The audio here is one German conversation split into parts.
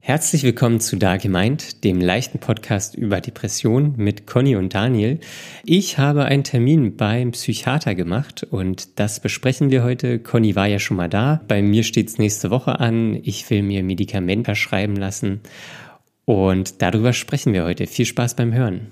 Herzlich willkommen zu Da gemeint, dem leichten Podcast über Depression mit Conny und Daniel. Ich habe einen Termin beim Psychiater gemacht und das besprechen wir heute. Conny war ja schon mal da. Bei mir steht's nächste Woche an. Ich will mir Medikamente schreiben lassen und darüber sprechen wir heute. Viel Spaß beim Hören.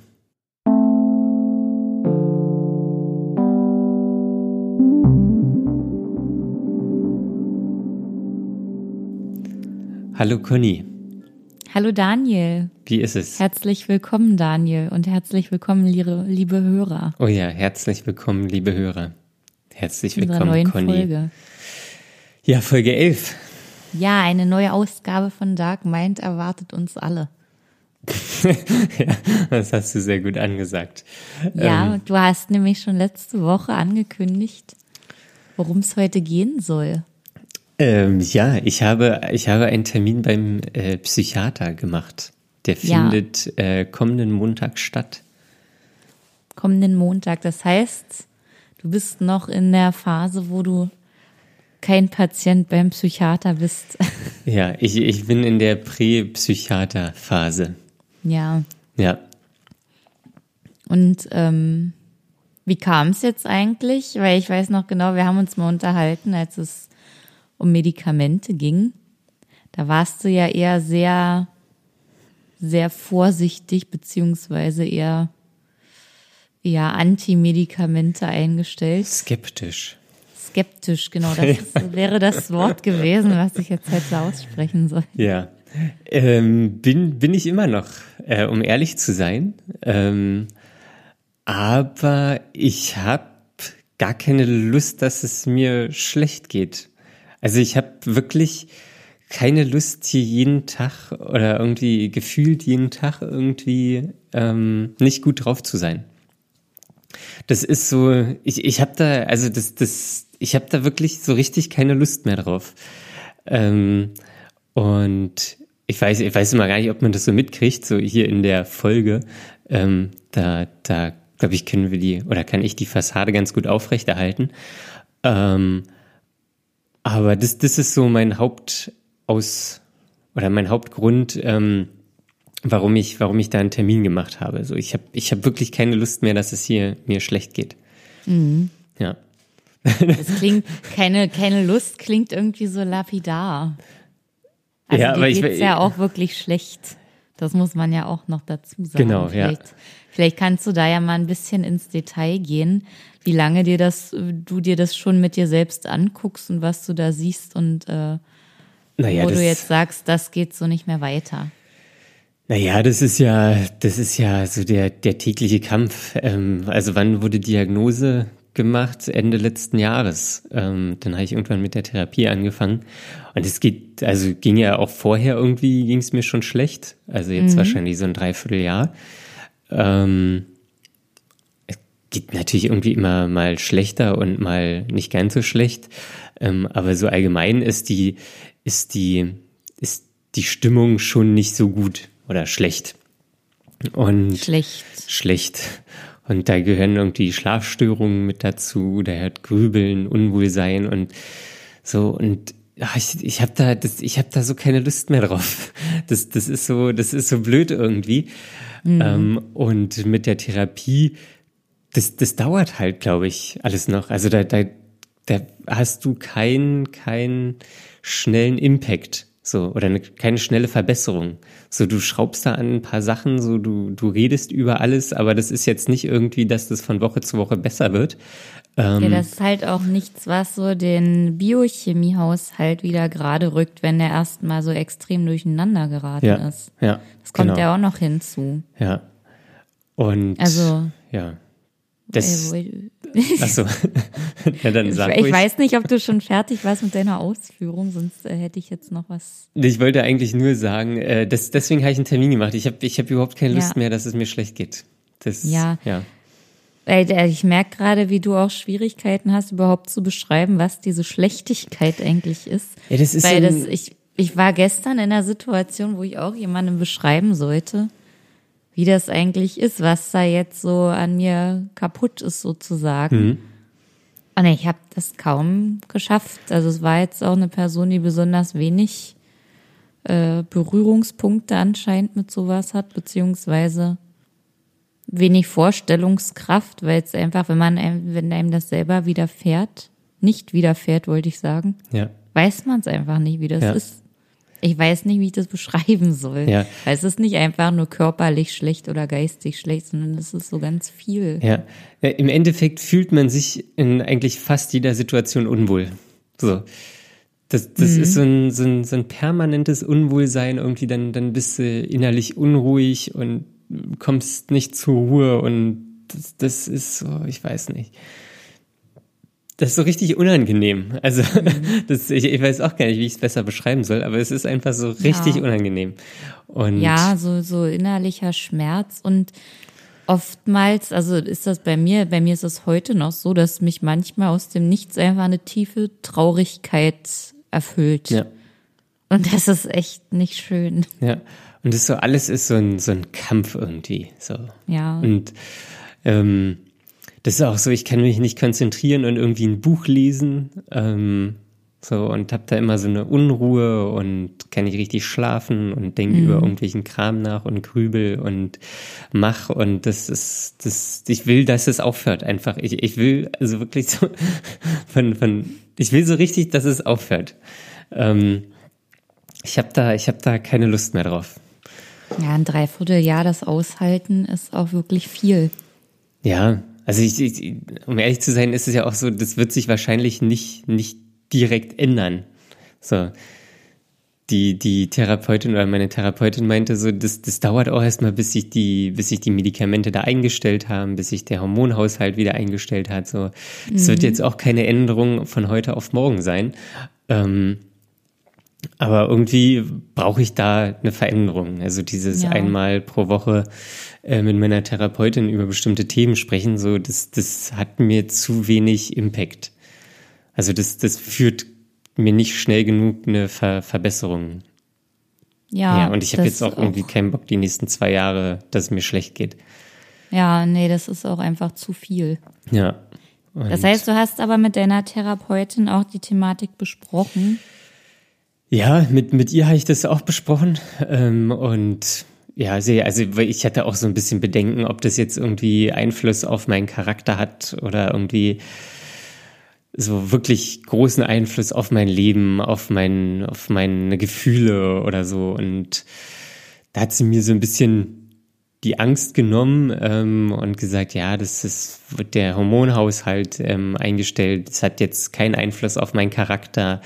Hallo Conny. Hallo Daniel. Wie ist es? Herzlich willkommen Daniel und herzlich willkommen liebe Hörer. Oh ja, herzlich willkommen liebe Hörer. Herzlich willkommen neuen Conny. Folge. Ja, Folge 11. Ja, eine neue Ausgabe von Dark Mind erwartet uns alle. Ja, das hast du sehr gut angesagt. Ja, du hast nämlich schon letzte Woche angekündigt, worum es heute gehen soll. Ja, ich habe einen Termin beim Psychiater gemacht. Der findet kommenden Montag statt. Kommenden Montag, das heißt, du bist noch in der Phase, wo du kein Patient beim Psychiater bist. Ja, ich bin in der Prä-Psychiater-Phase. Ja. Ja. Und wie kam es jetzt eigentlich? Weil ich weiß noch genau, wir haben uns mal unterhalten, als es um Medikamente ging. Da warst du ja eher sehr, sehr vorsichtig, beziehungsweise eher Anti-Medikamente eingestellt. Skeptisch, genau. Das wäre das Wort gewesen, was ich jetzt hätte aussprechen sollen. Ja. Bin ich immer noch, um ehrlich zu sein. Aber ich habe gar keine Lust, dass es mir schlecht geht. Also ich habe wirklich keine Lust, hier jeden Tag oder irgendwie gefühlt jeden Tag irgendwie nicht gut drauf zu sein. Das ist so, ich habe da, also ich habe da wirklich so richtig keine Lust mehr drauf. Und ich weiß immer gar nicht, ob man das so mitkriegt, so hier in der Folge, da glaube ich, kann ich die Fassade ganz gut aufrechterhalten. Aber das ist so mein Hauptgrund, warum ich da einen Termin gemacht habe. So, ich hab wirklich keine Lust mehr, dass es hier mir schlecht geht. Mhm. Ja. Das klingt, keine Lust klingt irgendwie so lapidar. Also ja, dir geht's ja auch wirklich schlecht. Das muss man ja auch noch dazu sagen. Genau, Vielleicht kannst du da ja mal ein bisschen ins Detail gehen, wie lange du dir das schon mit dir selbst anguckst und was du da siehst und wo du jetzt sagst, das geht so nicht mehr weiter. Naja, das ist ja so der tägliche Kampf. Also wann wurde Diagnose gemacht? Ende letzten Jahres. Dann habe ich irgendwann mit der Therapie angefangen. Und ging ja auch vorher irgendwie, ging es mir schon schlecht. Also jetzt wahrscheinlich so ein Dreivierteljahr. Es geht natürlich irgendwie immer mal schlechter und mal nicht ganz so schlecht. Aber so allgemein ist die Stimmung schon nicht so gut oder schlecht. Und schlecht. Und da gehören irgendwie Schlafstörungen mit dazu, da hört Grübeln, Unwohlsein und so. Und ich habe da so keine Lust mehr drauf. Das ist so blöd irgendwie. Und mit der Therapie, das dauert halt, glaube ich, alles noch. Also da hast du keinen schnellen Impact, so, oder keine schnelle Verbesserung. So, du schraubst da an ein paar Sachen, so, du redest über alles, aber das ist jetzt nicht irgendwie, dass das von Woche zu Woche besser wird. Ja, das ist halt auch nichts, was so den Biochemiehaushalt wieder gerade rückt, wenn der erstmal so extrem durcheinander geraten ist. Ja. Das kommt ja auch noch hinzu. Ja. Und also ja. Achso. Ja, dann sag ich weiß nicht, ob du schon fertig warst mit deiner Ausführung, sonst hätte ich jetzt noch was. Ich wollte eigentlich nur sagen, deswegen habe ich einen Termin gemacht. Ich hab überhaupt keine Lust mehr, dass es mir schlecht geht. Ja. Ich merke gerade, wie du auch Schwierigkeiten hast, überhaupt zu beschreiben, was diese Schlechtigkeit eigentlich ist. Ja, das ist ich war gestern in einer Situation, wo ich auch jemandem beschreiben sollte, wie das eigentlich ist, was da jetzt so an mir kaputt ist sozusagen. Und ich habe das kaum geschafft. Also es war jetzt auch eine Person, die besonders wenig Berührungspunkte anscheinend mit sowas hat, beziehungsweise wenig Vorstellungskraft, weil es einfach, wenn einem das selber nicht widerfährt, wollte ich sagen, weiß man es einfach nicht, wie das ist. Ich weiß nicht, wie ich das beschreiben soll. Ja. Weil es ist nicht einfach nur körperlich schlecht oder geistig schlecht, sondern es ist so ganz viel. Ja, im Endeffekt fühlt man sich in eigentlich fast jeder Situation unwohl. So. Das ist so ein permanentes Unwohlsein irgendwie, dann bist du innerlich unruhig und kommst nicht zur Ruhe und das ist so, ich weiß nicht. Das ist so richtig unangenehm. Also ich weiß auch gar nicht, wie ich es besser beschreiben soll, aber es ist einfach so richtig unangenehm. Und ja, so innerlicher Schmerz und oftmals, also ist das bei mir ist es heute noch so, dass mich manchmal aus dem Nichts einfach eine tiefe Traurigkeit erfüllt. Ja. Und das ist echt nicht schön. Ja, und das so alles ist so ein Kampf irgendwie. So. Ja. Und das ist auch so, ich kann mich nicht konzentrieren und irgendwie ein Buch lesen, so und hab da immer so eine Unruhe und kann nicht richtig schlafen und denke über irgendwelchen Kram nach und grübel und mach und ich will, dass es aufhört einfach. Ich will also wirklich so ich will so richtig, dass es aufhört. Ich hab da keine Lust mehr drauf. Ja, ein Dreivierteljahr das aushalten ist auch wirklich viel. Ja, also um ehrlich zu sein, ist es ja auch so, das wird sich wahrscheinlich nicht direkt ändern. So, die Therapeutin oder meine Therapeutin meinte so, das dauert auch erstmal, bis sich die Medikamente da eingestellt haben, bis sich der Hormonhaushalt wieder eingestellt hat. So, das wird jetzt auch keine Änderung von heute auf morgen sein. Aber irgendwie brauche ich da eine Veränderung. Also dieses einmal pro Woche mit meiner Therapeutin über bestimmte Themen sprechen, so das hat mir zu wenig Impact. Also das führt mir nicht schnell genug eine Verbesserung. Ja, und ich habe jetzt auch irgendwie keinen Bock, die nächsten 2 Jahre, dass es mir schlecht geht. Ja, nee, das ist auch einfach zu viel. Ja. Das heißt, du hast aber mit deiner Therapeutin auch die Thematik besprochen? Ja, mit ihr habe ich das auch besprochen. Und ja, also ich hatte auch so ein bisschen Bedenken, ob das jetzt irgendwie Einfluss auf meinen Charakter hat oder irgendwie so wirklich großen Einfluss auf mein Leben, auf meine Gefühle oder so. Und da hat sie mir so ein bisschen die Angst genommen und gesagt, ja, wird der Hormonhaushalt eingestellt. Das hat jetzt keinen Einfluss auf meinen Charakter.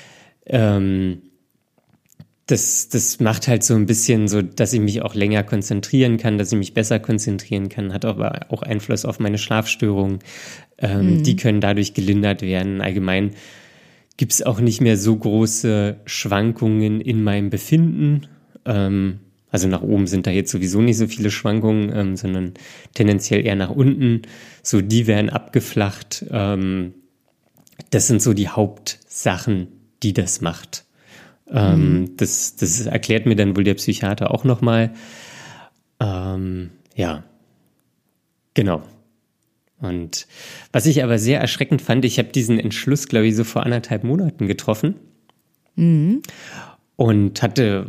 Das macht halt so ein bisschen so, dass ich mich auch länger konzentrieren kann, dass ich mich besser konzentrieren kann, hat aber auch Einfluss auf meine Schlafstörungen. Die können dadurch gelindert werden. Allgemein gibt's auch nicht mehr so große Schwankungen in meinem Befinden. Also nach oben sind da jetzt sowieso nicht so viele Schwankungen, sondern tendenziell eher nach unten. So, die werden abgeflacht. Das sind so die Hauptsachen, die das macht. Das erklärt mir dann wohl der Psychiater auch nochmal. Ja, genau. Und was ich aber sehr erschreckend fand, ich habe diesen Entschluss, glaube ich, so vor 1,5 Monaten getroffen. Und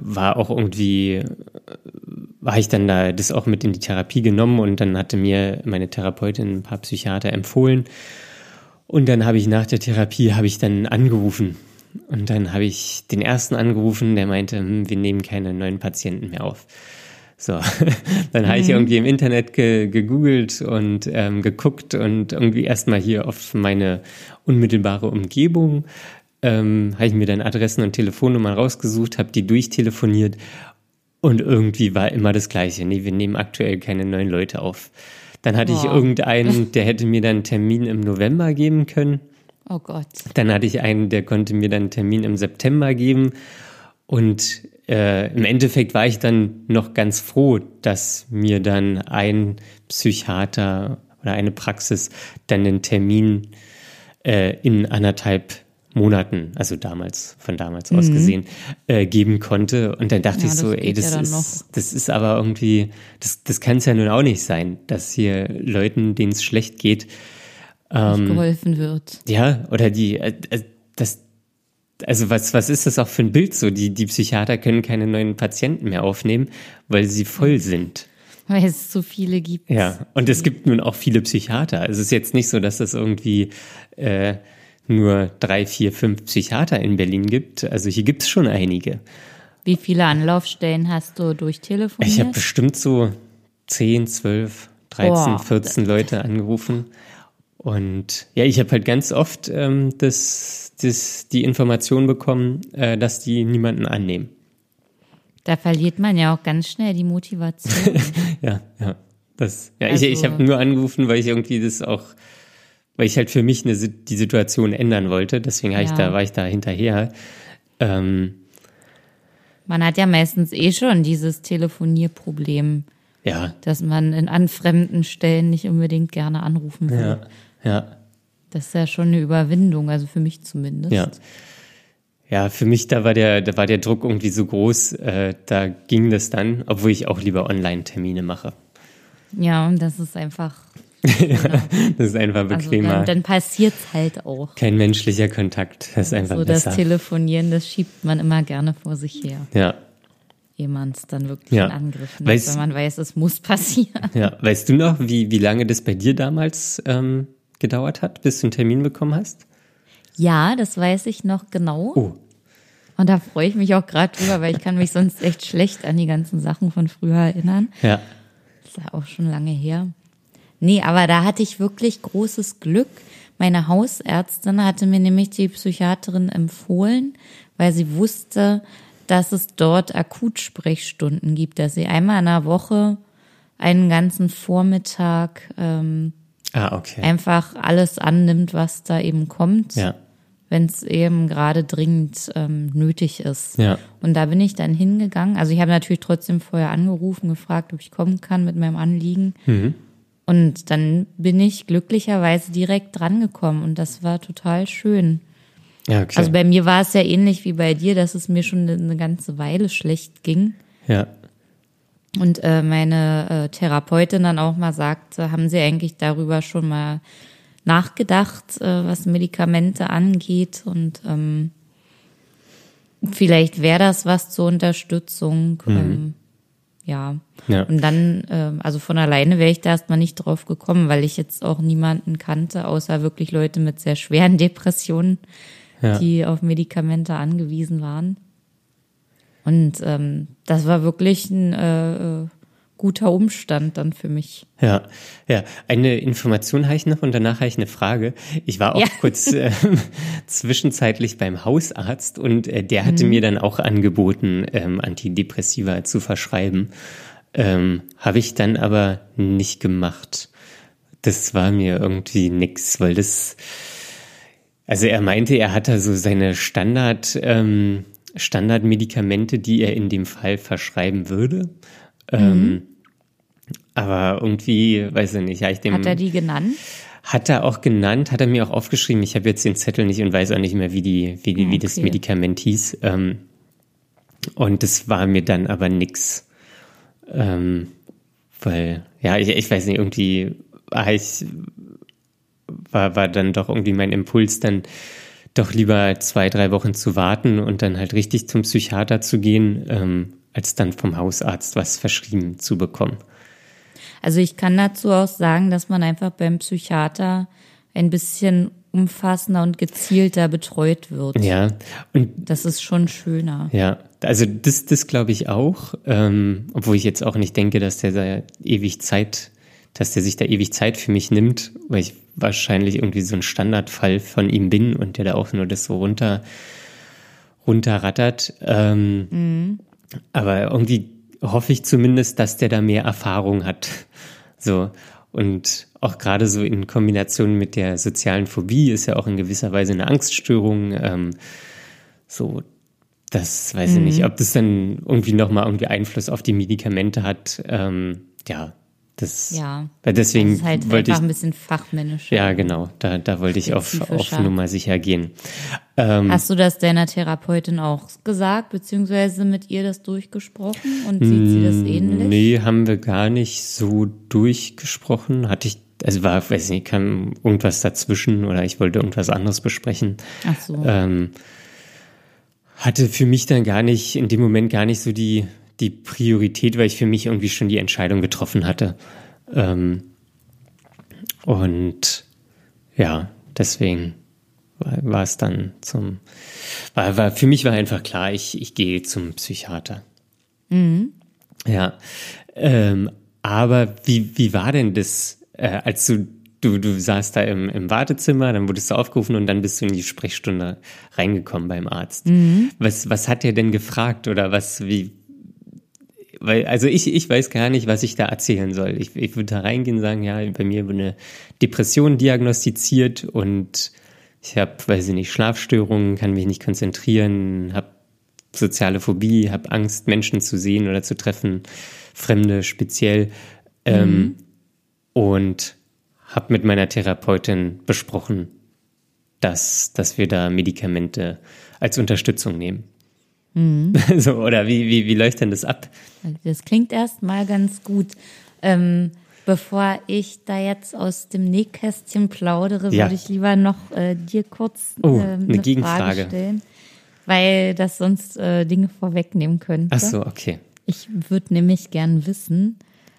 war ich dann da das auch mit in die Therapie genommen und dann hatte mir meine Therapeutin ein paar Psychiater empfohlen. Und dann habe ich nach der Therapie dann angerufen. Und dann habe ich den ersten angerufen, der meinte, wir nehmen keine neuen Patienten mehr auf. So, dann habe ich irgendwie im Internet gegoogelt und geguckt und irgendwie erstmal hier auf meine unmittelbare Umgebung habe ich mir dann Adressen und Telefonnummern rausgesucht, habe die durchtelefoniert und irgendwie war immer das Gleiche. Nee, wir nehmen aktuell keine neuen Leute auf. Dann hatte ich irgendeinen, der hätte mir dann einen Termin im November geben können. Oh Gott. Dann hatte ich einen, der konnte mir dann einen Termin im September geben. Und im Endeffekt war ich dann noch ganz froh, dass mir dann ein Psychiater oder eine Praxis dann einen Termin in 1,5 Monaten, also von damals aus gesehen, geben konnte. Und dann dachte ich so, das ist aber irgendwie, das kann es ja nun auch nicht sein, dass hier Leuten, denen es schlecht geht, nicht geholfen wird. Ja, oder also was ist das auch für ein Bild so? Die Psychiater können keine neuen Patienten mehr aufnehmen, weil sie voll sind. Weil es zu viele gibt. Ja, und es gibt nun auch viele Psychiater. Also es ist jetzt nicht so, dass es irgendwie nur 3, 4, 5 Psychiater in Berlin gibt. Also hier gibt es schon einige. Wie viele Anlaufstellen hast du durchtelefoniert? Ich habe bestimmt so 10, 12, 13, 14 Leute angerufen. Und ja, ich habe halt ganz oft die Information bekommen, dass die niemanden annehmen. Da verliert man ja auch ganz schnell die Motivation. Ja. Ich habe nur angerufen, weil ich irgendwie weil ich halt für mich die Situation ändern wollte. Deswegen war ich da hinterher. Man hat ja meistens schon dieses Telefonierproblem. Ja. Dass man an fremden Stellen nicht unbedingt gerne anrufen will. Ja. Das ist ja schon eine Überwindung, also für mich zumindest. Ja, für mich, da war der Druck irgendwie so groß, da ging das dann, obwohl ich auch lieber Online-Termine mache. Ja, und das ist einfach... Das ist einfach bequemer. Also dann passiert's halt auch. Kein menschlicher Kontakt, das ist einfach besser. Das Telefonieren, das schiebt man immer gerne vor sich her. Ja. Ehe man es dann wirklich in Angriff nimmt, wenn man weiß, es muss passieren. Ja, weißt du noch, wie lange das bei dir damals gedauert hat, bis du einen Termin bekommen hast? Ja, das weiß ich noch genau. Oh. Und da freue ich mich auch gerade drüber, weil ich kann mich sonst echt schlecht an die ganzen Sachen von früher erinnern. Ja. Das ist ja auch schon lange her. Nee, aber da hatte ich wirklich großes Glück. Meine Hausärztin hatte mir nämlich die Psychiaterin empfohlen, weil sie wusste, dass es dort Akutsprechstunden gibt, dass sie einmal in der Woche einen ganzen Vormittag einfach alles annimmt, was da eben kommt, wenn es eben gerade dringend nötig ist. Ja. Und da bin ich dann hingegangen. Also ich habe natürlich trotzdem vorher angerufen, gefragt, ob ich kommen kann mit meinem Anliegen. Mhm. Und dann bin ich glücklicherweise direkt drangekommen und das war total schön. Ja, okay. Also bei mir war es ja ähnlich wie bei dir, dass es mir schon eine ganze Weile schlecht ging. Ja. Und meine Therapeutin dann auch mal sagte, haben Sie eigentlich darüber schon mal nachgedacht, was Medikamente angeht? Und vielleicht wäre das was zur Unterstützung. Ja. Und dann, also von alleine wäre ich da erstmal nicht drauf gekommen, weil ich jetzt auch niemanden kannte, außer wirklich Leute mit sehr schweren Depressionen, die auf Medikamente angewiesen waren. Und das war wirklich ein guter Umstand dann für mich. Ja. Eine Information habe ich noch und danach habe ich eine Frage. Ich war auch kurz zwischenzeitlich beim Hausarzt und der hatte mir dann auch angeboten, Antidepressiva zu verschreiben. Habe ich dann aber nicht gemacht. Das war mir irgendwie nix, weil also er meinte, er hat da so seine Standardmedikamente, die er in dem Fall verschreiben würde. Aber irgendwie, weiß ich nicht. Hat er die genannt? Hat er auch genannt, hat er mir auch aufgeschrieben. Ich habe jetzt den Zettel nicht und weiß auch nicht mehr, wie das Medikament hieß. Und das war mir dann aber nix. Weil, ich weiß nicht, irgendwie war dann doch irgendwie mein Impuls, dann doch lieber 2, 3 Wochen zu warten und dann halt richtig zum Psychiater zu gehen, als dann vom Hausarzt was verschrieben zu bekommen. Also ich kann dazu auch sagen, dass man einfach beim Psychiater ein bisschen umfassender und gezielter betreut wird. Ja. Und das ist schon schöner. Ja, also das glaube ich auch, obwohl ich jetzt auch nicht denke, dass der sich da ewig Zeit für mich nimmt, weil ich wahrscheinlich irgendwie so ein Standardfall von ihm bin und der da auch nur das so runterrattert. Aber irgendwie hoffe ich zumindest, dass der da mehr Erfahrung hat. So. Und auch gerade so in Kombination mit der sozialen Phobie ist ja auch in gewisser Weise eine Angststörung. Das weiß ich nicht, ob das dann irgendwie nochmal irgendwie Einfluss auf die Medikamente hat. Weil deswegen das ist halt wollte einfach ein bisschen fachmännisch. Ja, genau. Da wollte ich auf Nummer sicher gehen. Hast du das deiner Therapeutin auch gesagt, beziehungsweise mit ihr das durchgesprochen und sieht sie das ähnlich? Nee, haben wir gar nicht so durchgesprochen. Kam irgendwas dazwischen oder ich wollte irgendwas anderes besprechen. Ach so. hatte für mich dann in dem Moment gar nicht so die Priorität, weil ich für mich irgendwie schon die Entscheidung getroffen hatte. Und ja, deswegen war es dann für mich war einfach klar, ich gehe zum Psychiater. Mhm. Ja, aber wie war denn das, als du saßt da im Wartezimmer, dann wurdest du aufgerufen und dann bist du in die Sprechstunde reingekommen beim Arzt. Mhm. Was hat der denn gefragt oder also ich weiß gar nicht, was ich da erzählen soll. Ich würde da reingehen und sagen, ja, bei mir wurde eine Depression diagnostiziert und ich habe, weiß ich nicht, Schlafstörungen, kann mich nicht konzentrieren, habe soziale Phobie, habe Angst, Menschen zu sehen oder zu treffen, Fremde speziell. Und habe mit meiner Therapeutin besprochen, dass wir da Medikamente als Unterstützung nehmen. Mhm. So, oder wie läuft denn das ab? Das klingt erstmal ganz gut. Bevor ich da jetzt aus dem Nähkästchen plaudere, würde ich lieber noch dir kurz eine Gegenfrage Frage stellen, weil das sonst Dinge vorwegnehmen könnte. Ach so, okay. Ich würde nämlich gern wissen,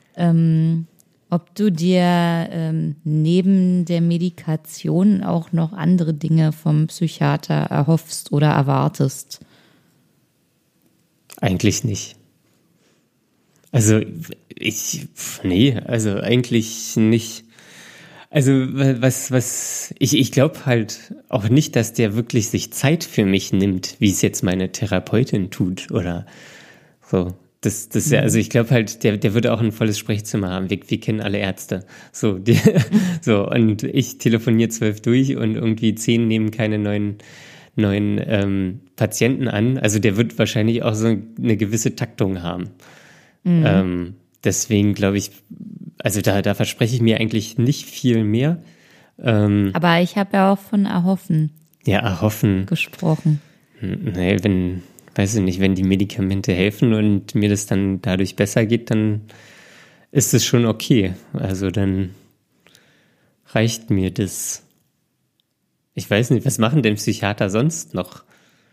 ob du dir neben der Medikation auch noch andere Dinge vom Psychiater erhoffst oder erwartest. Eigentlich nicht. Also also eigentlich nicht. Also ich glaube halt auch nicht, dass der wirklich sich Zeit für mich nimmt, wie es jetzt meine Therapeutin tut oder so. Das ja, also ich glaube halt, der würde auch ein volles Sprechzimmer haben. Wir kennen alle Ärzte. So, und ich telefoniere 12 durch und irgendwie 10 nehmen keine neuen Patienten an. Also der wird wahrscheinlich auch so eine gewisse Taktung haben. Mhm. Deswegen glaube ich, also da verspreche ich mir eigentlich nicht viel mehr. Aber ich habe ja auch von erhoffen. Ja, erhoffen. Gesprochen. Nee, weiß ich nicht, wenn die Medikamente helfen und mir das dann dadurch besser geht, dann ist es schon okay. Also dann reicht mir das. Ich weiß nicht, was machen denn Psychiater sonst noch?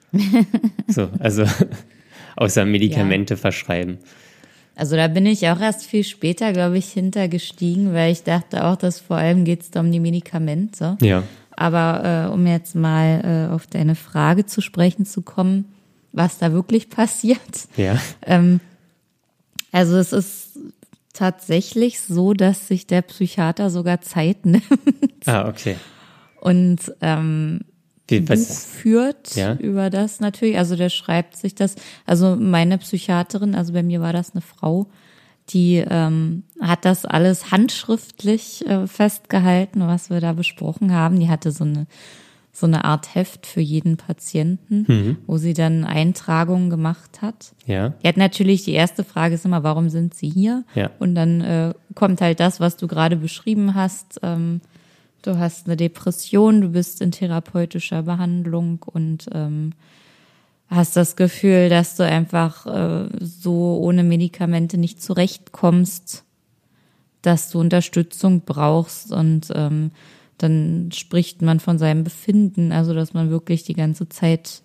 Also außer Medikamente verschreiben. Also da bin ich auch erst viel später, glaube ich, hintergestiegen, weil ich dachte auch, dass vor allem geht es da um die Medikamente. Ja. Aber um jetzt mal auf deine Frage zu sprechen zu kommen, was da wirklich passiert. Ja. Also es ist tatsächlich so, dass sich der Psychiater sogar Zeit nimmt. Ah, okay. Und Buch führt über das natürlich. Also der schreibt sich das. Also meine Psychiaterin, also bei mir war das eine Frau, die hat das alles handschriftlich festgehalten, was wir da besprochen haben. Die hatte so eine Art Heft für jeden Patienten, wo sie dann Eintragungen gemacht hat. Ja. Die hat natürlich, die erste Frage ist immer, warum sind Sie hier? Ja. Und dann kommt halt das, was du gerade beschrieben hast. Du hast eine Depression, du bist in therapeutischer Behandlung und hast das Gefühl, dass du einfach so ohne Medikamente nicht zurechtkommst, dass du Unterstützung brauchst und dann spricht man von seinem Befinden, also dass man wirklich die ganze Zeit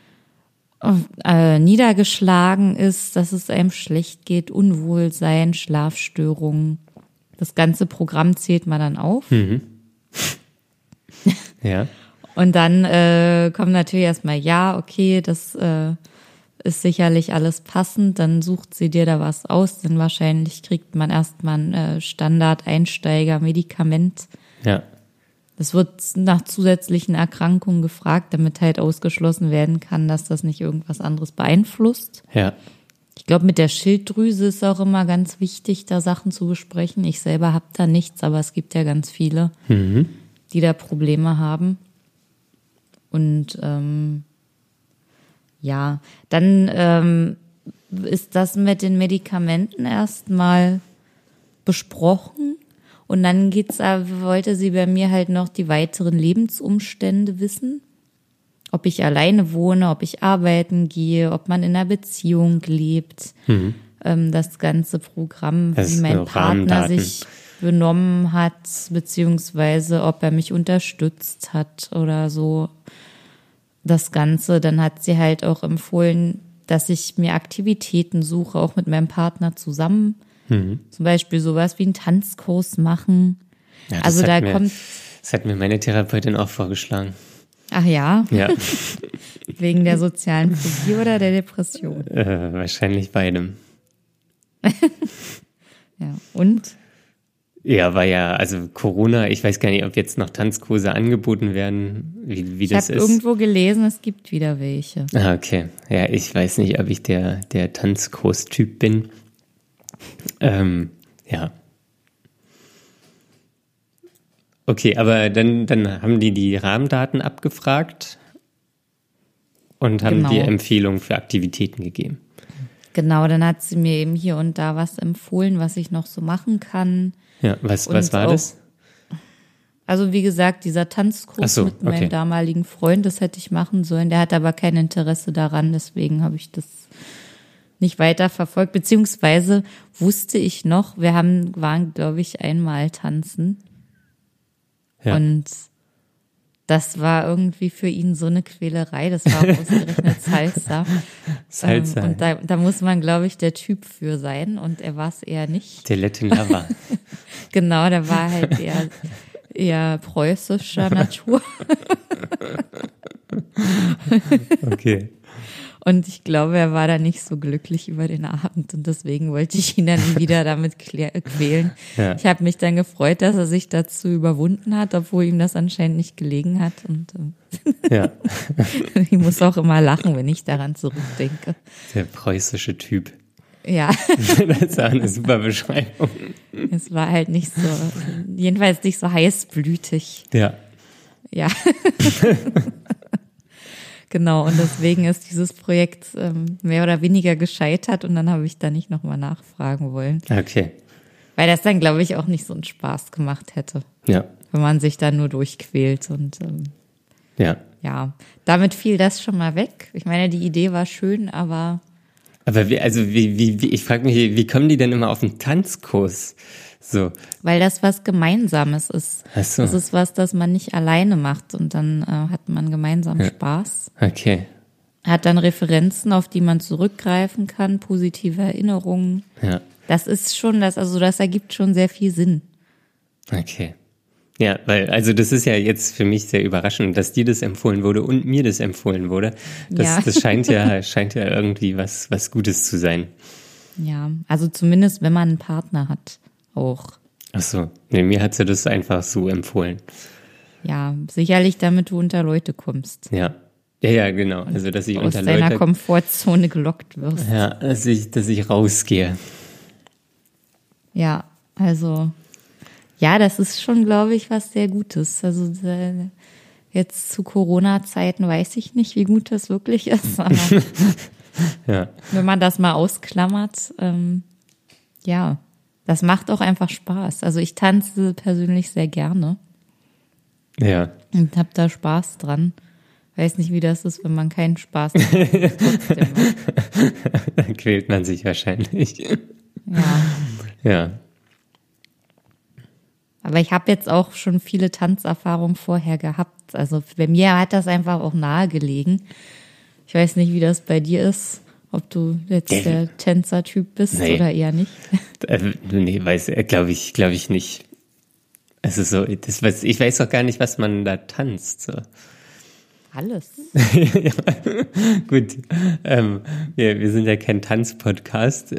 niedergeschlagen ist, dass es einem schlecht geht, Unwohlsein, Schlafstörungen. Das ganze Programm zählt man dann auf. Mhm. Ja. Und dann kommt natürlich erstmal, ja, okay, das ist sicherlich alles passend, dann sucht sie dir da was aus, denn wahrscheinlich kriegt man erstmal ein Standard-Einsteiger-Medikament. Ja. Es wird nach zusätzlichen Erkrankungen gefragt, damit halt ausgeschlossen werden kann, dass das nicht irgendwas anderes beeinflusst. Ja. Ich glaube, mit der Schilddrüse ist auch immer ganz wichtig, da Sachen zu besprechen. Ich selber habe da nichts, aber es gibt ja ganz viele, die da Probleme haben. Und dann ist das mit den Medikamenten erstmal besprochen. Und dann wollte sie bei mir halt noch die weiteren Lebensumstände wissen. Ob ich alleine wohne, ob ich arbeiten gehe, ob man in einer Beziehung lebt. Das ganze Programm, wie mein Partner sich benommen hat, beziehungsweise ob er mich unterstützt hat oder so. das Ganze, dann hat sie halt auch empfohlen, dass ich mir Aktivitäten suche, auch mit meinem Partner zusammen. Zum Beispiel sowas wie einen Tanzkurs machen. Ja, also da kommt. Das hat mir meine Therapeutin auch vorgeschlagen. Ach ja? Ja. Wegen der sozialen Phobie oder der Depression? Wahrscheinlich beidem. Ja, und? Ja, war ja, also Corona, ich weiß gar nicht, ob jetzt noch Tanzkurse angeboten werden, wie das ist. Ich habe irgendwo gelesen, es gibt wieder welche. Ah, okay. Ja, ich weiß nicht, ob ich der Tanzkurs-Typ bin. Ja. Okay, aber dann haben die Rahmendaten abgefragt und haben dir Empfehlungen für Aktivitäten gegeben. Genau, dann hat sie mir eben hier und da was empfohlen, was ich noch so machen kann. Ja, was war das? Also wie gesagt, dieser Tanzkurs mit meinem damaligen Freund, das hätte ich machen sollen. Der hat aber kein Interesse daran, deswegen habe ich das nicht weiter verfolgt. Beziehungsweise wusste ich noch, waren, glaube ich, einmal tanzen. Ja. Und das war irgendwie für ihn so eine Quälerei. Das war ausgerechnet Salsa. Salsa. Und da muss man, glaube ich, der Typ für sein. Und er war es eher nicht. Der Latin Lover. Genau, der war halt eher preußischer Natur. Okay. Und ich glaube, er war da nicht so glücklich über den Abend und deswegen wollte ich ihn dann wieder damit quälen. Ja. Ich habe mich dann gefreut, dass er sich dazu überwunden hat, obwohl ihm das anscheinend nicht gelegen hat. Und ja. Ich muss auch immer lachen, wenn ich daran zurückdenke. Der preußische Typ. Ja. Das ist auch eine super Beschreibung. Es war halt nicht so, jedenfalls nicht so heißblütig. Ja. Ja. Genau, und deswegen ist dieses Projekt mehr oder weniger gescheitert und dann habe ich da nicht nochmal nachfragen wollen. Okay. Weil das dann, glaube ich, auch nicht so einen Spaß gemacht hätte. Ja. Wenn man sich da nur durchquält und ja, damit fiel das schon mal weg. Ich meine, die Idee war schön, aber ich frage mich, wie kommen die denn immer auf einen Tanzkurs? So. Weil das was Gemeinsames ist. Ach so. Das ist was, das man nicht alleine macht und dann hat man gemeinsam Spaß. Okay. Hat dann Referenzen, auf die man zurückgreifen kann, positive Erinnerungen. Ja. Das ist schon das ergibt schon sehr viel Sinn. Okay. Ja, weil, das ist ja jetzt für mich sehr überraschend, dass dir das empfohlen wurde und mir das empfohlen wurde. Das scheint ja irgendwie was Gutes zu sein. Ja, also zumindest, wenn man einen Partner hat, auch. Ach so, nee, mir hat sie das einfach so empfohlen. Ja, sicherlich, damit du unter Leute kommst. Ja. Ja, genau. Also, dass ich aus unter deiner Leute Komfortzone gelockt wirst. Ja, dass ich rausgehe. Ja, also, ja, das ist schon, glaube ich, was sehr Gutes. Also, jetzt zu Corona-Zeiten weiß ich nicht, wie gut das wirklich ist, aber ja. Wenn man das mal ausklammert, ja, das macht auch einfach Spaß. Also, ich tanze persönlich sehr gerne. Ja. Und habe da Spaß dran. Weiß nicht, wie das ist, wenn man keinen Spaß hat. Trotzdem macht. Dann quält man sich wahrscheinlich. Ja. Ja. Aber ich habe jetzt auch schon viele Tanzerfahrungen vorher gehabt. Also bei mir hat das einfach auch nahegelegen. Ich weiß nicht, wie das bei dir ist. Ob du jetzt der Tänzertyp bist oder eher nicht. Nee, glaube ich nicht. Also so, ich weiß doch gar nicht, was man da tanzt. So. Alles. Ja, gut. Wir sind ja kein Tanzpodcast.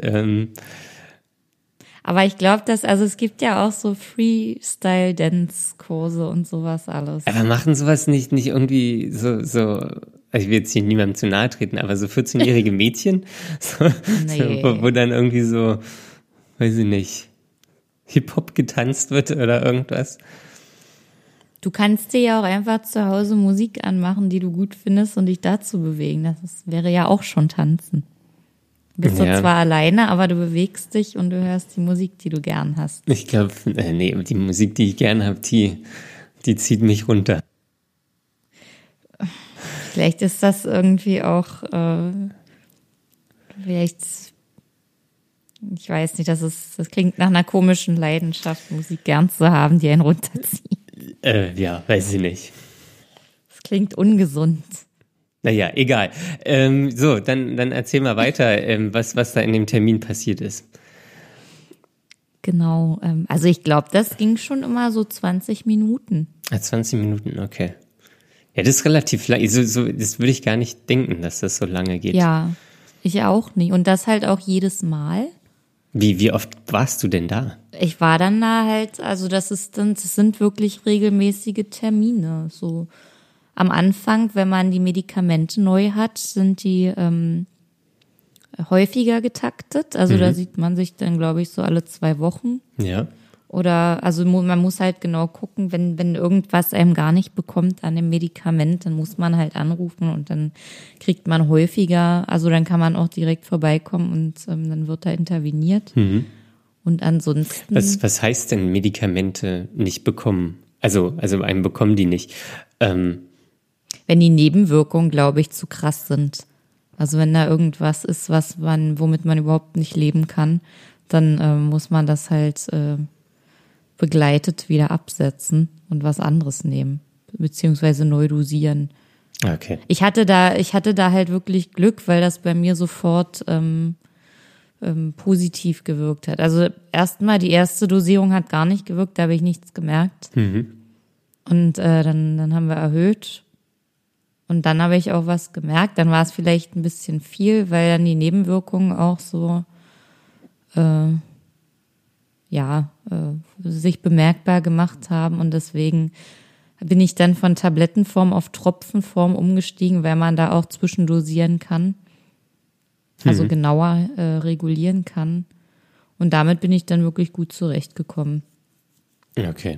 Aber ich glaube, es gibt ja auch so Freestyle-Dance-Kurse und sowas alles. Aber machen sowas nicht irgendwie so, also ich will jetzt hier niemandem zu nahe treten, aber so 14-jährige Mädchen, Nee. wo dann irgendwie so, weiß ich nicht, Hip-Hop getanzt wird oder irgendwas. Du kannst dir ja auch einfach zu Hause Musik anmachen, die du gut findest und dich dazu bewegen. Das wäre ja auch schon Tanzen. Du bist zwar alleine, aber du bewegst dich und du hörst die Musik, die du gern hast. Ich glaube, die Musik, die ich gern habe, die zieht mich runter. Vielleicht ist das irgendwie auch, ich weiß nicht, das klingt nach einer komischen Leidenschaft, Musik gern zu haben, die einen runterzieht. Ja, weiß ich nicht. Das klingt ungesund. Naja, egal. So, dann erzähl mal weiter, was da in dem Termin passiert ist. Genau, also ich glaube, das ging schon immer so 20 Minuten. 20 Minuten, okay. Ja, das ist relativ lang. Das würde ich gar nicht denken, dass das so lange geht. Ja, ich auch nicht. Und das halt auch jedes Mal. Wie oft warst du denn da? Ich war dann da halt, also das sind wirklich regelmäßige Termine. So am Anfang, wenn man die Medikamente neu hat, sind die häufiger getaktet. Also da sieht man sich dann, glaube ich, so alle 2 Wochen. Ja. Oder, also man muss halt genau gucken, wenn irgendwas einem gar nicht bekommt an dem Medikament, dann muss man halt anrufen und dann kriegt man häufiger, also dann kann man auch direkt vorbeikommen und dann wird da interveniert. Und ansonsten. Was heißt denn Medikamente nicht bekommen? Also einem bekommen die nicht. Wenn die Nebenwirkungen, glaube ich, zu krass sind. Also wenn da irgendwas ist, womit man überhaupt nicht leben kann, dann muss man das halt begleitet wieder absetzen und was anderes nehmen, beziehungsweise neu dosieren. Okay. Ich hatte da halt wirklich Glück, weil das bei mir sofort positiv gewirkt hat. Also erstmal die erste Dosierung hat gar nicht gewirkt, da habe ich nichts gemerkt. Und dann haben wir erhöht. Und dann habe ich auch was gemerkt. Dann war es vielleicht ein bisschen viel, weil dann die Nebenwirkungen auch so sich bemerkbar gemacht haben. Und deswegen bin ich dann von Tablettenform auf Tropfenform umgestiegen, weil man da auch zwischendosieren kann. Also genauer regulieren kann. Und damit bin ich dann wirklich gut zurechtgekommen. Okay.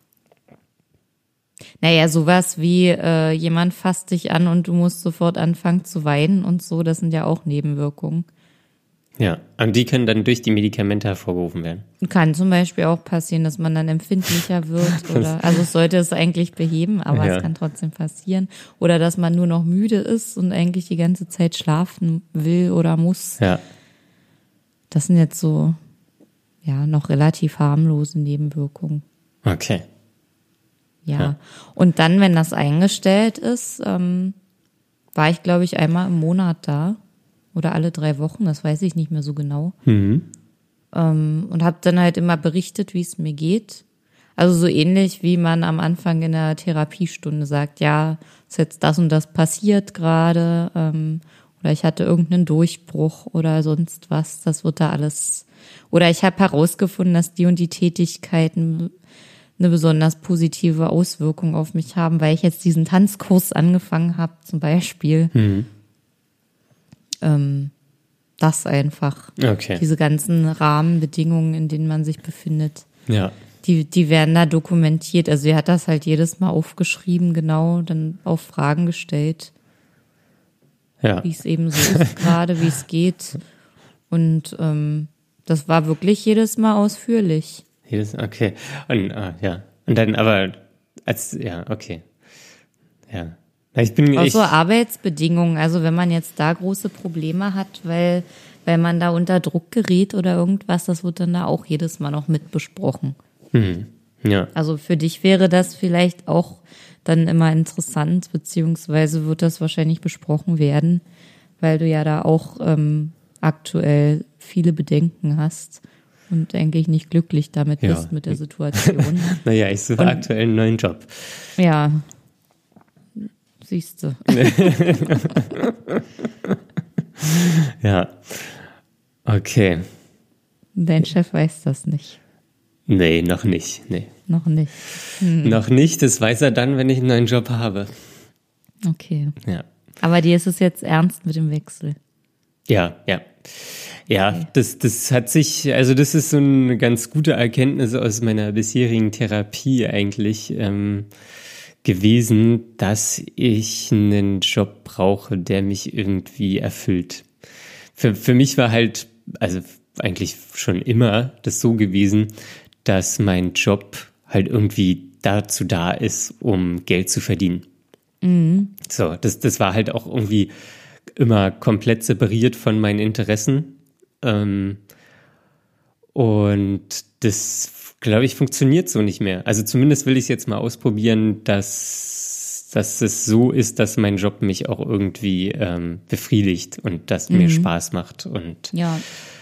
Naja, sowas wie jemand fasst dich an und du musst sofort anfangen zu weinen und so, das sind ja auch Nebenwirkungen. Ja, und die können dann durch die Medikamente hervorgerufen werden. Kann zum Beispiel auch passieren, dass man dann empfindlicher wird oder, also es sollte es eigentlich beheben, aber es kann trotzdem passieren. Oder dass man nur noch müde ist und eigentlich die ganze Zeit schlafen will oder muss. Ja. Das sind jetzt so, noch relativ harmlose Nebenwirkungen. Okay. Ja. Und dann, wenn das eingestellt ist, war ich, glaube ich, einmal im Monat da. Oder alle 3 Wochen, das weiß ich nicht mehr so genau. Und habe dann halt immer berichtet, wie es mir geht. Also so ähnlich, wie man am Anfang in der Therapiestunde sagt, ja, ist jetzt das und das passiert gerade. Oder ich hatte irgendeinen Durchbruch oder sonst was. Das wird da alles. Oder ich habe herausgefunden, dass die und die Tätigkeiten eine besonders positive Auswirkung auf mich haben, weil ich jetzt diesen Tanzkurs angefangen habe, zum Beispiel. Das einfach. Okay. Diese ganzen Rahmenbedingungen, in denen man sich befindet. Ja. Die werden da dokumentiert. Also sie hat das halt jedes Mal aufgeschrieben, genau, dann auch Fragen gestellt. Ja. Wie es eben so ist gerade, wie es geht. Und das war wirklich jedes Mal ausführlich. Okay. Und Und dann aber okay. Ja. Auch so Arbeitsbedingungen, also wenn man jetzt da große Probleme hat, weil man da unter Druck gerät oder irgendwas, das wird dann da auch jedes Mal noch mit besprochen. Ja. Also für dich wäre das vielleicht auch dann immer interessant, beziehungsweise wird das wahrscheinlich besprochen werden, weil du ja da auch aktuell viele Bedenken hast und eigentlich nicht glücklich damit bist mit der Situation. Naja, ich suche aktuell einen neuen Job. Ja. Siehst du. Ja. Okay. Dein Chef weiß das nicht. Nee, noch nicht. Nee. Noch nicht. Noch nicht, das weiß er dann, wenn ich einen neuen Job habe. Okay. Ja. Aber dir ist es jetzt ernst mit dem Wechsel. Ja. Ja, das hat sich, also das ist so eine ganz gute Erkenntnis aus meiner bisherigen Therapie eigentlich gewesen, dass ich einen Job brauche, der mich irgendwie erfüllt. Für mich war halt, also eigentlich schon immer das so gewesen, dass mein Job halt irgendwie dazu da ist, um Geld zu verdienen. So, das war halt auch irgendwie immer komplett separiert von meinen Interessen. Und das, glaube ich, funktioniert so nicht mehr. Also zumindest will ich es jetzt mal ausprobieren, dass dass es so ist, dass mein Job mich auch irgendwie befriedigt und das mir Spaß macht. Und ja.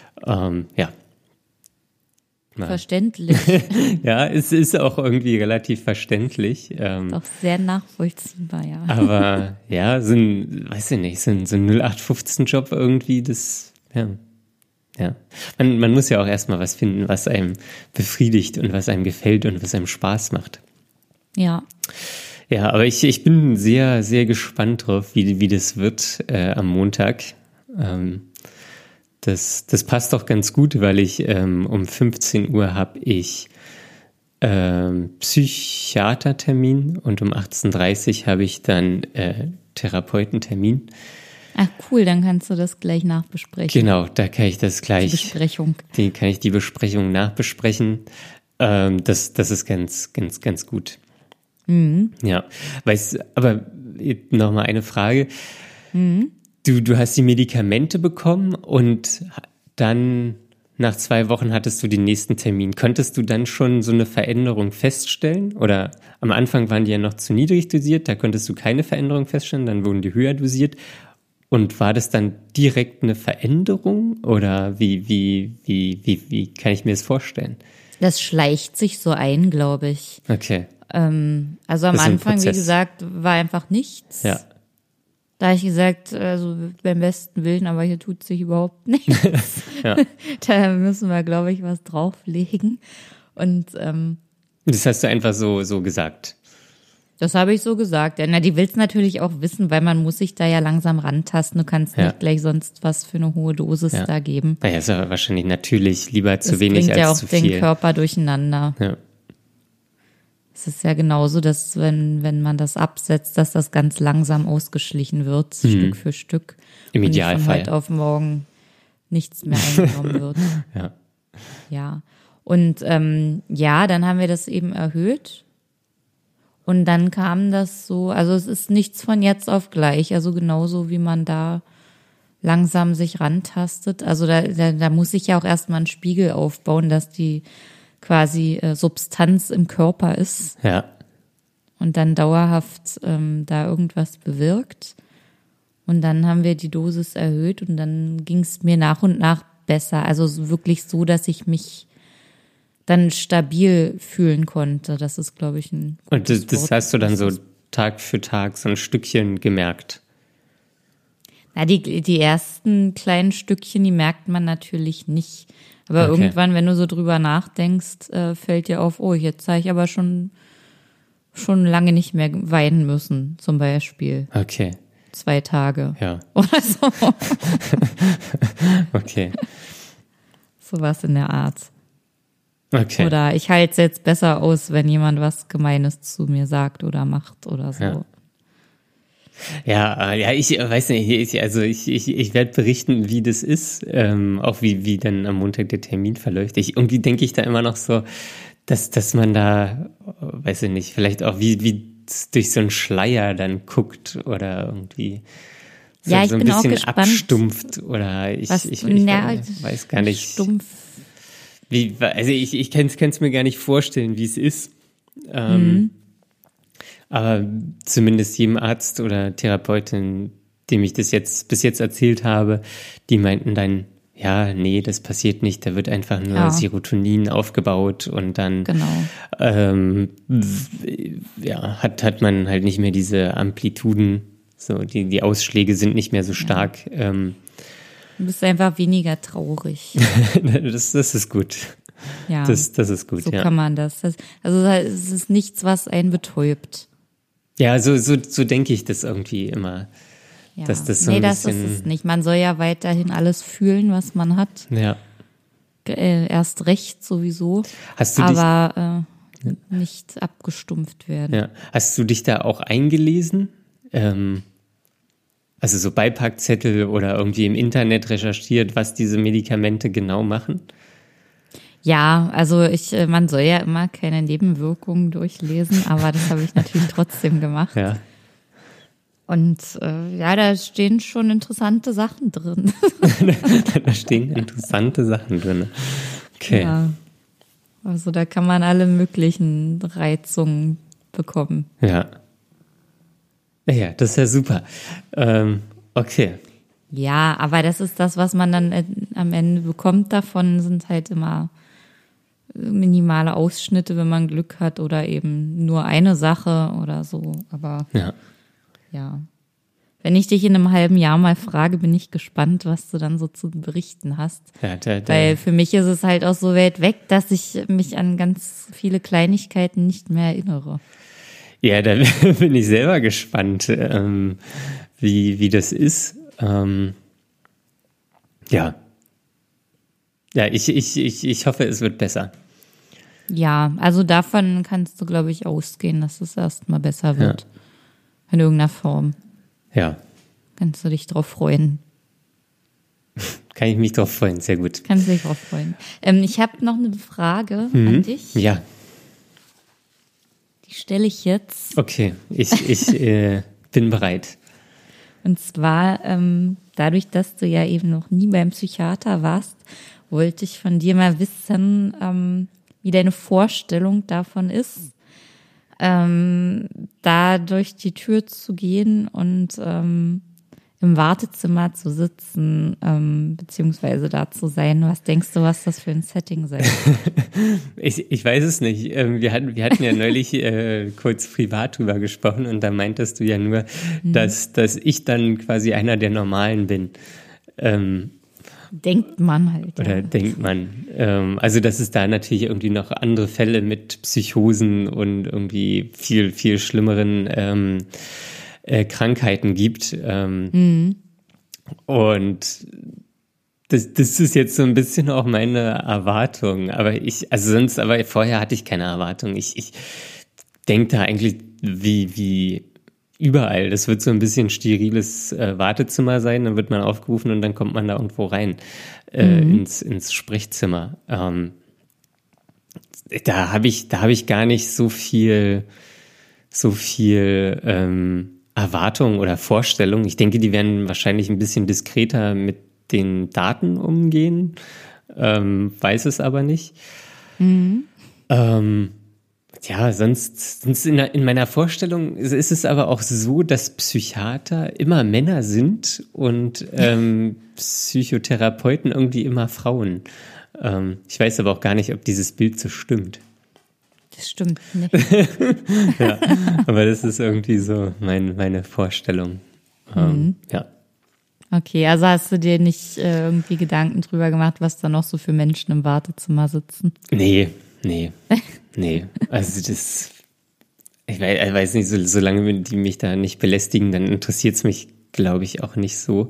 Verständlich. Ja, es ist auch irgendwie relativ verständlich. Doch sehr nachvollziehbar, ja. Aber ja, so ein 0815-Job irgendwie, das, ja. Man muss ja auch erstmal was finden, was einem befriedigt und was einem gefällt und was einem Spaß macht. Ja. Ja, aber ich bin sehr, sehr gespannt drauf, wie das wird am Montag. Das passt doch ganz gut, weil ich um 15 Uhr habe ich Psychiatertermin und um 18:30 Uhr habe ich dann Therapeutentermin. Ach cool, dann kannst du das gleich nachbesprechen. Genau, da kann ich das gleich. Die Besprechung. Kann ich die Besprechung nachbesprechen. Das ist ganz, ganz, ganz gut. Mhm. Ja, aber nochmal eine Frage. Mhm. Du hast die Medikamente bekommen und dann nach 2 Wochen hattest du den nächsten Termin. Konntest du dann schon so eine Veränderung feststellen? Oder am Anfang waren die ja noch zu niedrig dosiert, da konntest du keine Veränderung feststellen, dann wurden die höher dosiert. Und war das dann direkt eine Veränderung? Oder wie kann ich mir das vorstellen? Das schleicht sich so ein, glaube ich. Okay. Also am Anfang, wie gesagt, war einfach nichts. Ja. Da habe ich gesagt, also beim besten Willen, aber hier tut sich überhaupt nichts. Ja. Da müssen wir, glaube ich, was drauflegen. Und das hast du einfach so gesagt. Das habe ich so gesagt. Ja, die will's natürlich auch wissen, weil man muss sich da ja langsam rantasten. Du kannst nicht gleich sonst was für eine hohe Dosis da geben. Naja, ist ja wahrscheinlich natürlich lieber zu wenig als zu viel. Das bringt ja auch den Körper durcheinander. Ja. Es ist ja genauso, dass wenn man das absetzt, dass das ganz langsam ausgeschlichen wird, Stück für Stück. Im Idealfall. Und von heute auf morgen nichts mehr eingenommen wird. Ja. Ja. Und dann haben wir das eben erhöht. Und dann kam das so, also es ist nichts von jetzt auf gleich, also genauso wie man da langsam sich rantastet. Also da muss ich ja auch erstmal einen Spiegel aufbauen, dass die quasi Substanz im Körper ist. Ja. Und dann dauerhaft da irgendwas bewirkt. Und dann haben wir die Dosis erhöht und dann ging es mir nach und nach besser. Also wirklich so, dass ich mich dann stabil fühlen konnte. Das ist, glaube ich, ein Und das hast du dann so Tag für Tag so ein Stückchen gemerkt? Na, die ersten kleinen Stückchen, die merkt man natürlich nicht. Aber irgendwann, wenn du so drüber nachdenkst, fällt dir auf, oh, jetzt habe ich aber schon lange nicht mehr weinen müssen, zum Beispiel. Okay. 2 Tage. Ja. Oder so. Okay. Sowas in der Art. Okay. Oder ich halte es jetzt besser aus, wenn jemand was Gemeines zu mir sagt oder macht oder so. Ja, ich weiß nicht, ich werde berichten, wie das ist, auch wie dann am Montag der Termin verläuft. Irgendwie denke ich da immer noch so, dass man da, weiß ich nicht, vielleicht auch wie durch so einen Schleier dann guckt oder irgendwie so ich ein bin bisschen auch gespannt, abstumpft oder ich weiß gar nicht. Stumpf. Also ich kann es mir gar nicht vorstellen, wie es ist. Aber zumindest jedem Arzt oder Therapeutin, dem ich das bis jetzt erzählt habe, die meinten dann, ja, nee, das passiert nicht, da wird einfach nur Serotonin aufgebaut und dann hat man halt nicht mehr diese Amplituden, so die Ausschläge sind nicht mehr so stark. Du bist einfach weniger traurig. Das ist gut. Ja, das ist gut. So kann man das. Also es ist nichts, was einen betäubt. Ja, so denke ich das irgendwie immer. Ja. Dass das so das ist es nicht. Man soll ja weiterhin alles fühlen, was man hat. Ja. Erst recht sowieso. Hast du nicht abgestumpft werden. Ja. Hast du dich da auch eingelesen? Also so Beipackzettel oder irgendwie im Internet recherchiert, was diese Medikamente genau machen? Ja, also man soll ja immer keine Nebenwirkungen durchlesen, aber das habe ich natürlich trotzdem gemacht. Ja. Und da stehen schon interessante Sachen drin. Da stehen interessante Sachen drin. Okay. Ja. Also da kann man alle möglichen Reizungen bekommen. Ja. Ja, das ist ja super. Okay. Ja, aber das ist das, was man dann am Ende bekommt davon, sind halt immer minimale Ausschnitte, wenn man Glück hat oder eben nur eine Sache oder so. Aber ja. Wenn ich dich in einem halben Jahr mal frage, bin ich gespannt, was du dann so zu berichten hast. Ja, Weil für mich ist es halt auch so weit weg, dass ich mich an ganz viele Kleinigkeiten nicht mehr erinnere. Ja, da bin ich selber gespannt, wie das ist. Ja. Ja, ich hoffe, es wird besser. Ja, also davon kannst du, glaube ich, ausgehen, dass es erstmal besser wird. Ja. In irgendeiner Form. Ja. Kannst du dich drauf freuen? Kann ich mich drauf freuen, sehr gut. Kannst du dich drauf freuen. Ich habe noch eine Frage an dich. Ja. Die stelle ich jetzt. Okay, ich bin bereit. Und zwar, dadurch, dass du ja eben noch nie beim Psychiater warst, wollte ich von dir mal wissen, wie deine Vorstellung davon ist, da durch die Tür zu gehen und im Wartezimmer zu sitzen, beziehungsweise da zu sein. Was denkst du, was das für ein Setting sein wird? Ich weiß es nicht. Wir hatten ja neulich kurz privat drüber gesprochen und da meintest du ja nur, dass ich dann quasi einer der Normalen bin. Denkt man halt. Oder denkt man. Also, dass es da natürlich irgendwie noch andere Fälle mit Psychosen und irgendwie viel, viel schlimmeren Krankheiten gibt. Und das ist jetzt so ein bisschen auch meine Erwartung. Aber vorher hatte ich keine Erwartung. Ich denke da eigentlich wie überall. Das wird so ein bisschen steriles Wartezimmer sein. Dann wird man aufgerufen und dann kommt man da irgendwo rein ins Sprechzimmer. Da habe ich gar nicht so viel Erwartung oder Vorstellung. Ich denke, die werden wahrscheinlich ein bisschen diskreter mit den Daten umgehen, weiß es aber nicht. Ja, sonst in meiner Vorstellung ist es aber auch so, dass Psychiater immer Männer sind und Psychotherapeuten irgendwie immer Frauen. Ich weiß aber auch gar nicht, ob dieses Bild so stimmt. Das stimmt nicht. Ja, aber das ist irgendwie so meine Vorstellung. Ja. Okay, also hast du dir nicht irgendwie Gedanken drüber gemacht, was da noch so für Menschen im Wartezimmer sitzen? Nee. Also ich weiß nicht, solange die mich da nicht belästigen, dann interessiert es mich, glaube ich, auch nicht so.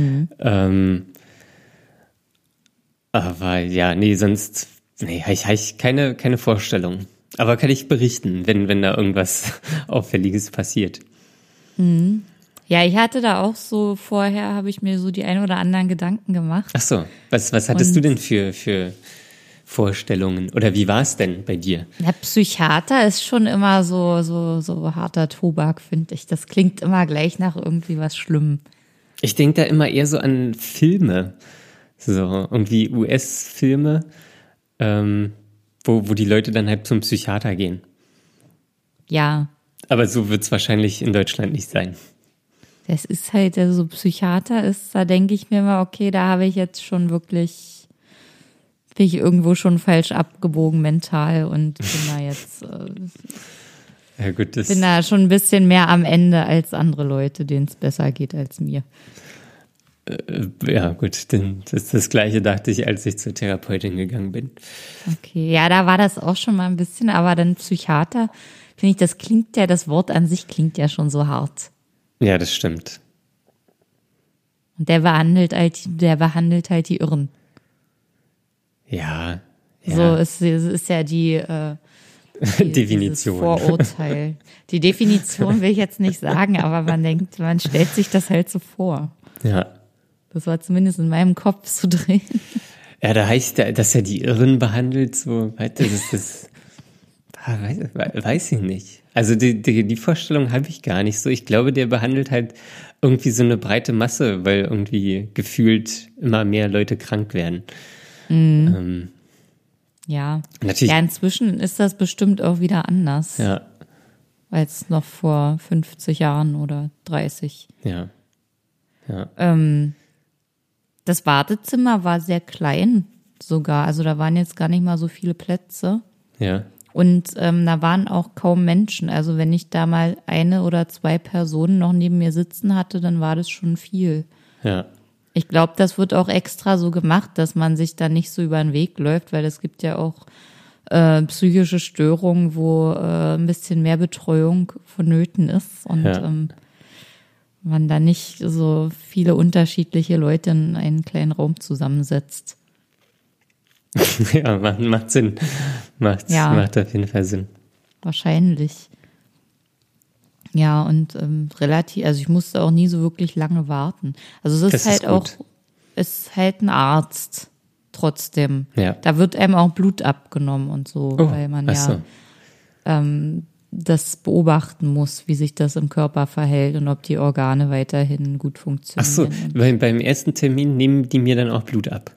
Aber ja, sonst habe ich keine Vorstellung. Aber kann ich berichten, wenn da irgendwas Auffälliges passiert. Ja, ich hatte da auch so, vorher habe ich mir so die ein oder anderen Gedanken gemacht. Ach so, was hattest du denn für Vorstellungen? Oder wie war es denn bei dir? Der Psychiater ist schon immer so harter Tobak, finde ich. Das klingt immer gleich nach irgendwie was Schlimmem. Ich denke da immer eher so an Filme. So, irgendwie US-Filme, wo die Leute dann halt zum Psychiater gehen. Ja. Aber so wird es wahrscheinlich in Deutschland nicht sein. Das ist halt, also Psychiater ist, da denke ich mir mal, okay, da habe ich jetzt schon wirklich, bin ich irgendwo schon falsch abgebogen mental und bin da jetzt, ja, gut, bin da schon ein bisschen mehr am Ende als andere Leute, denen es besser geht als mir. Ja, gut, denn das Gleiche dachte ich, als ich zur Therapeutin gegangen bin. Okay, ja, da war das auch schon mal ein bisschen, aber dann Psychiater, finde ich, das Wort an sich klingt ja schon so hart. Ja, das stimmt. Und der behandelt halt die Irren. Ja. So es ist ja die Definition. Vorurteil. Die Definition will ich jetzt nicht sagen, aber man stellt sich das halt so vor. Ja. Das war zumindest in meinem Kopf zu drehen. Ja, da heißt ja, dass er die Irren behandelt, so, weiß ich nicht. Also die Vorstellung habe ich gar nicht so. Ich glaube, der behandelt halt irgendwie so eine breite Masse, weil irgendwie gefühlt immer mehr Leute krank werden. Ja. Natürlich. Ja, inzwischen ist das bestimmt auch wieder anders. Ja. als noch vor 50 Jahren oder 30. Ja. Das Wartezimmer war sehr klein sogar. Also da waren jetzt gar nicht mal so viele Plätze. Ja. Und da waren auch kaum Menschen. Also wenn ich da mal 1 oder 2 Personen noch neben mir sitzen hatte, dann war das schon viel. Ja. Ich glaube, das wird auch extra so gemacht, dass man sich da nicht so über den Weg läuft, weil es gibt ja auch psychische Störungen, wo ein bisschen mehr Betreuung vonnöten ist und man da nicht so viele unterschiedliche Leute in einen kleinen Raum zusammensetzt. Ja, macht Sinn. Macht auf jeden Fall Sinn. Wahrscheinlich. Ja, und relativ, also ich musste auch nie so wirklich lange warten. Also es ist halt auch, ist halt ein Arzt trotzdem. Ja. Da wird einem auch Blut abgenommen und so, weil man das beobachten muss, wie sich das im Körper verhält und ob die Organe weiterhin gut funktionieren. Ach so, beim ersten Termin nehmen die mir dann auch Blut ab?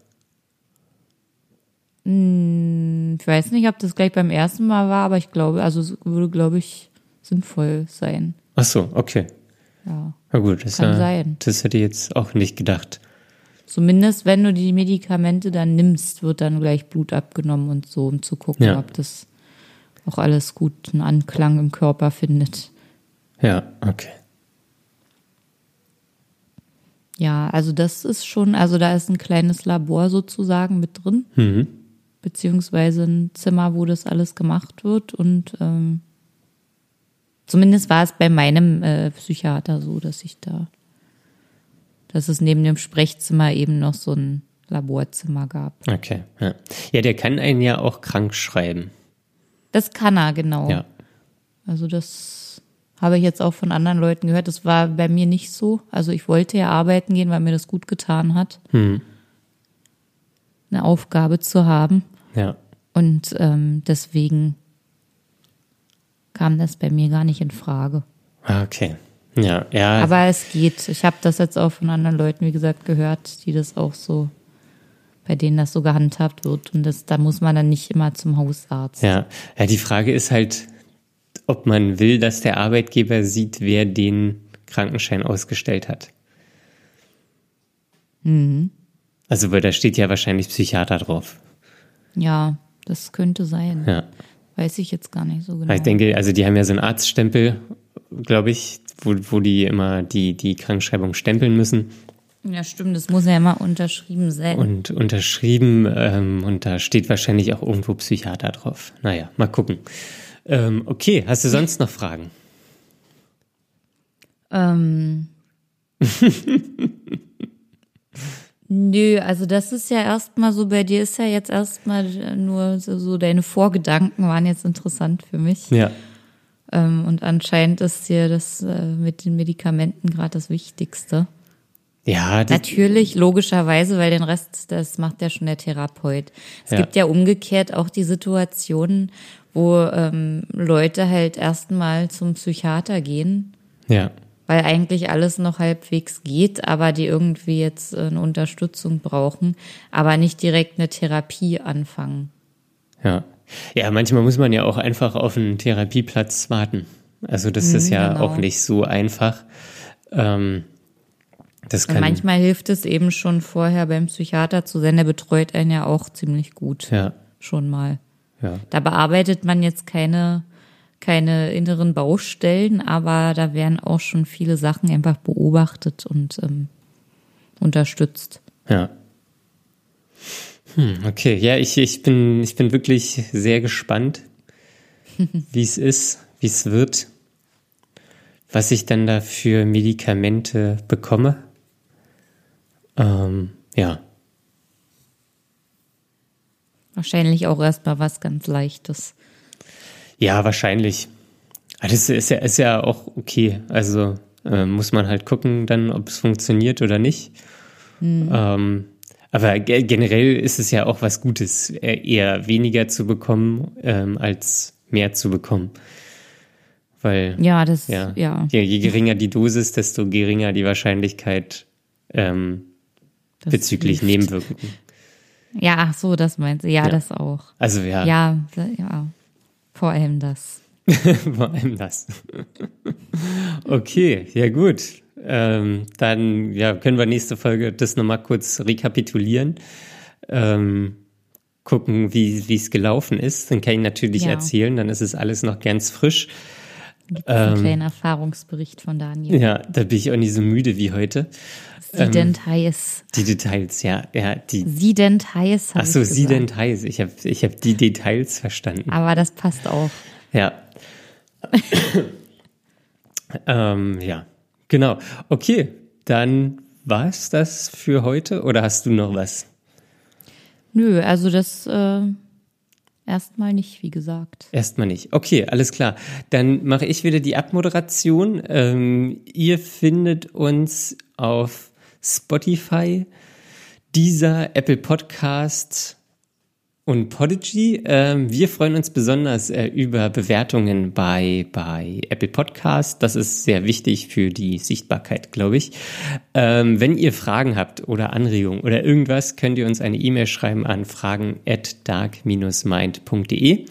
Ich weiß nicht, ob das gleich beim ersten Mal war, aber ich glaube, also es würde, glaube ich, sinnvoll sein. Ach so, okay. Ja. Na gut, das kann sein. Das hätte ich jetzt auch nicht gedacht. Zumindest, wenn du die Medikamente dann nimmst, wird dann gleich Blut abgenommen und so, um zu gucken, ob das auch alles gut einen Anklang im Körper findet. Ja, okay. Ja, also das ist schon, also da ist ein kleines Labor sozusagen mit drin, beziehungsweise ein Zimmer, wo das alles gemacht wird und zumindest war es bei meinem Psychiater so, dass es neben dem Sprechzimmer eben noch so ein Laborzimmer gab. Okay, ja. Ja, der kann einen ja auch krank schreiben. Das kann er, genau. Ja. Also das habe ich jetzt auch von anderen Leuten gehört. Das war bei mir nicht so. Also ich wollte ja arbeiten gehen, weil mir das gut getan hat, eine Aufgabe zu haben. Ja. Und deswegen kam das bei mir gar nicht in Frage. Okay. Ja. Aber es geht. Ich habe das jetzt auch von anderen Leuten, wie gesagt, gehört, die das auch so, bei denen das so gehandhabt wird. Und da muss man dann nicht immer zum Hausarzt. Ja, die Frage ist halt, ob man will, dass der Arbeitgeber sieht, wer den Krankenschein ausgestellt hat. Also, weil da steht ja wahrscheinlich Psychiater drauf. Ja, das könnte sein. Ja. Weiß ich jetzt gar nicht so genau. Ich denke, also die haben ja so einen Arztstempel, glaube ich, wo die immer die Krankschreibung stempeln müssen. Ja, stimmt, das muss ja immer unterschrieben sein. Und unterschrieben, und da steht wahrscheinlich auch irgendwo Psychiater drauf. Naja, mal gucken. Okay, hast du sonst noch Fragen? Nö, also das ist ja erstmal so, bei dir ist ja jetzt erstmal nur so deine Vorgedanken waren jetzt interessant für mich. Ja. Und anscheinend ist dir das mit den Medikamenten gerade das Wichtigste. Ja, natürlich, logischerweise, weil den Rest, das macht ja schon der Therapeut. Es gibt ja umgekehrt auch die Situationen, wo Leute halt erstmal zum Psychiater gehen. Ja. Weil eigentlich alles noch halbwegs geht, aber die irgendwie jetzt eine Unterstützung brauchen, aber nicht direkt eine Therapie anfangen. Ja. Ja, manchmal muss man ja auch einfach auf einen Therapieplatz warten. Also das ist ja auch nicht so einfach. Und manchmal hilft es eben schon vorher beim Psychiater zu sein, der betreut einen ja auch ziemlich gut. Ja. Schon mal. Ja. Da bearbeitet man jetzt keine inneren Baustellen, aber da werden auch schon viele Sachen einfach beobachtet und unterstützt. Ja. Okay, ja, ich bin wirklich sehr gespannt, wie es ist, wie es wird, was ich dann da für Medikamente bekomme. Ja. Wahrscheinlich auch erstmal was ganz Leichtes. Ja, wahrscheinlich. Das ist ja auch okay. Also muss man halt gucken dann, ob es funktioniert oder nicht. Aber generell ist es ja auch was Gutes, eher weniger zu bekommen, als mehr zu bekommen. Weil je geringer die Dosis, desto geringer die Wahrscheinlichkeit bezüglich Nebenwirkungen. Ja, ach so, das meinst du. Ja, das auch. Also ja. Ja, vor allem das. Vor allem das. Okay, ja gut. Dann können wir nächste Folge das nochmal kurz rekapitulieren. Gucken, wie es gelaufen ist. Dann kann ich natürlich erzählen, dann ist es alles noch ganz frisch. Gibt es einen kleinen Erfahrungsbericht von Daniel. Ja, da bin ich auch nicht so müde wie heute. Die Details. Die Details, ja. Sie Details. Ach so, Sie Details. Ich hab die Details verstanden. Aber das passt auch. Ja. Ja, genau. Okay, dann war's das für heute oder hast du noch was? Nö, also das erstmal nicht, wie gesagt. Erstmal nicht. Okay, alles klar. Dann mache ich wieder die Abmoderation. Ihr findet uns auf Spotify, Deezer, Apple Podcast und Podigy. Wir freuen uns besonders über Bewertungen bei Apple Podcast. Das ist sehr wichtig für die Sichtbarkeit, glaube ich. Wenn ihr Fragen habt oder Anregungen oder irgendwas, könnt ihr uns eine E-Mail schreiben an fragen@dark-mind.de.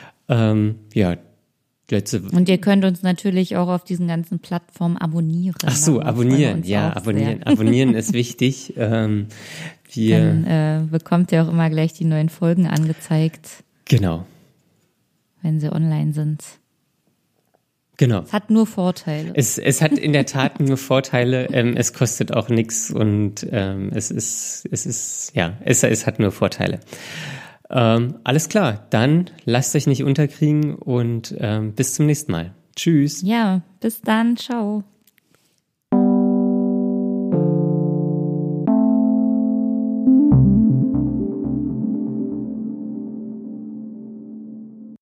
Und ihr könnt uns natürlich auch auf diesen ganzen Plattformen abonnieren. Ach so, abonnieren. Ja, abonnieren. Sehr. Abonnieren ist wichtig. Dann bekommt ihr auch immer gleich die neuen Folgen angezeigt. Genau. Wenn sie online sind. Genau. Es hat nur Vorteile. Es hat in der Tat nur Vorteile. Es kostet auch nichts und es hat nur Vorteile. Alles klar, dann lasst euch nicht unterkriegen und bis zum nächsten Mal. Tschüss. Ja, bis dann. Ciao.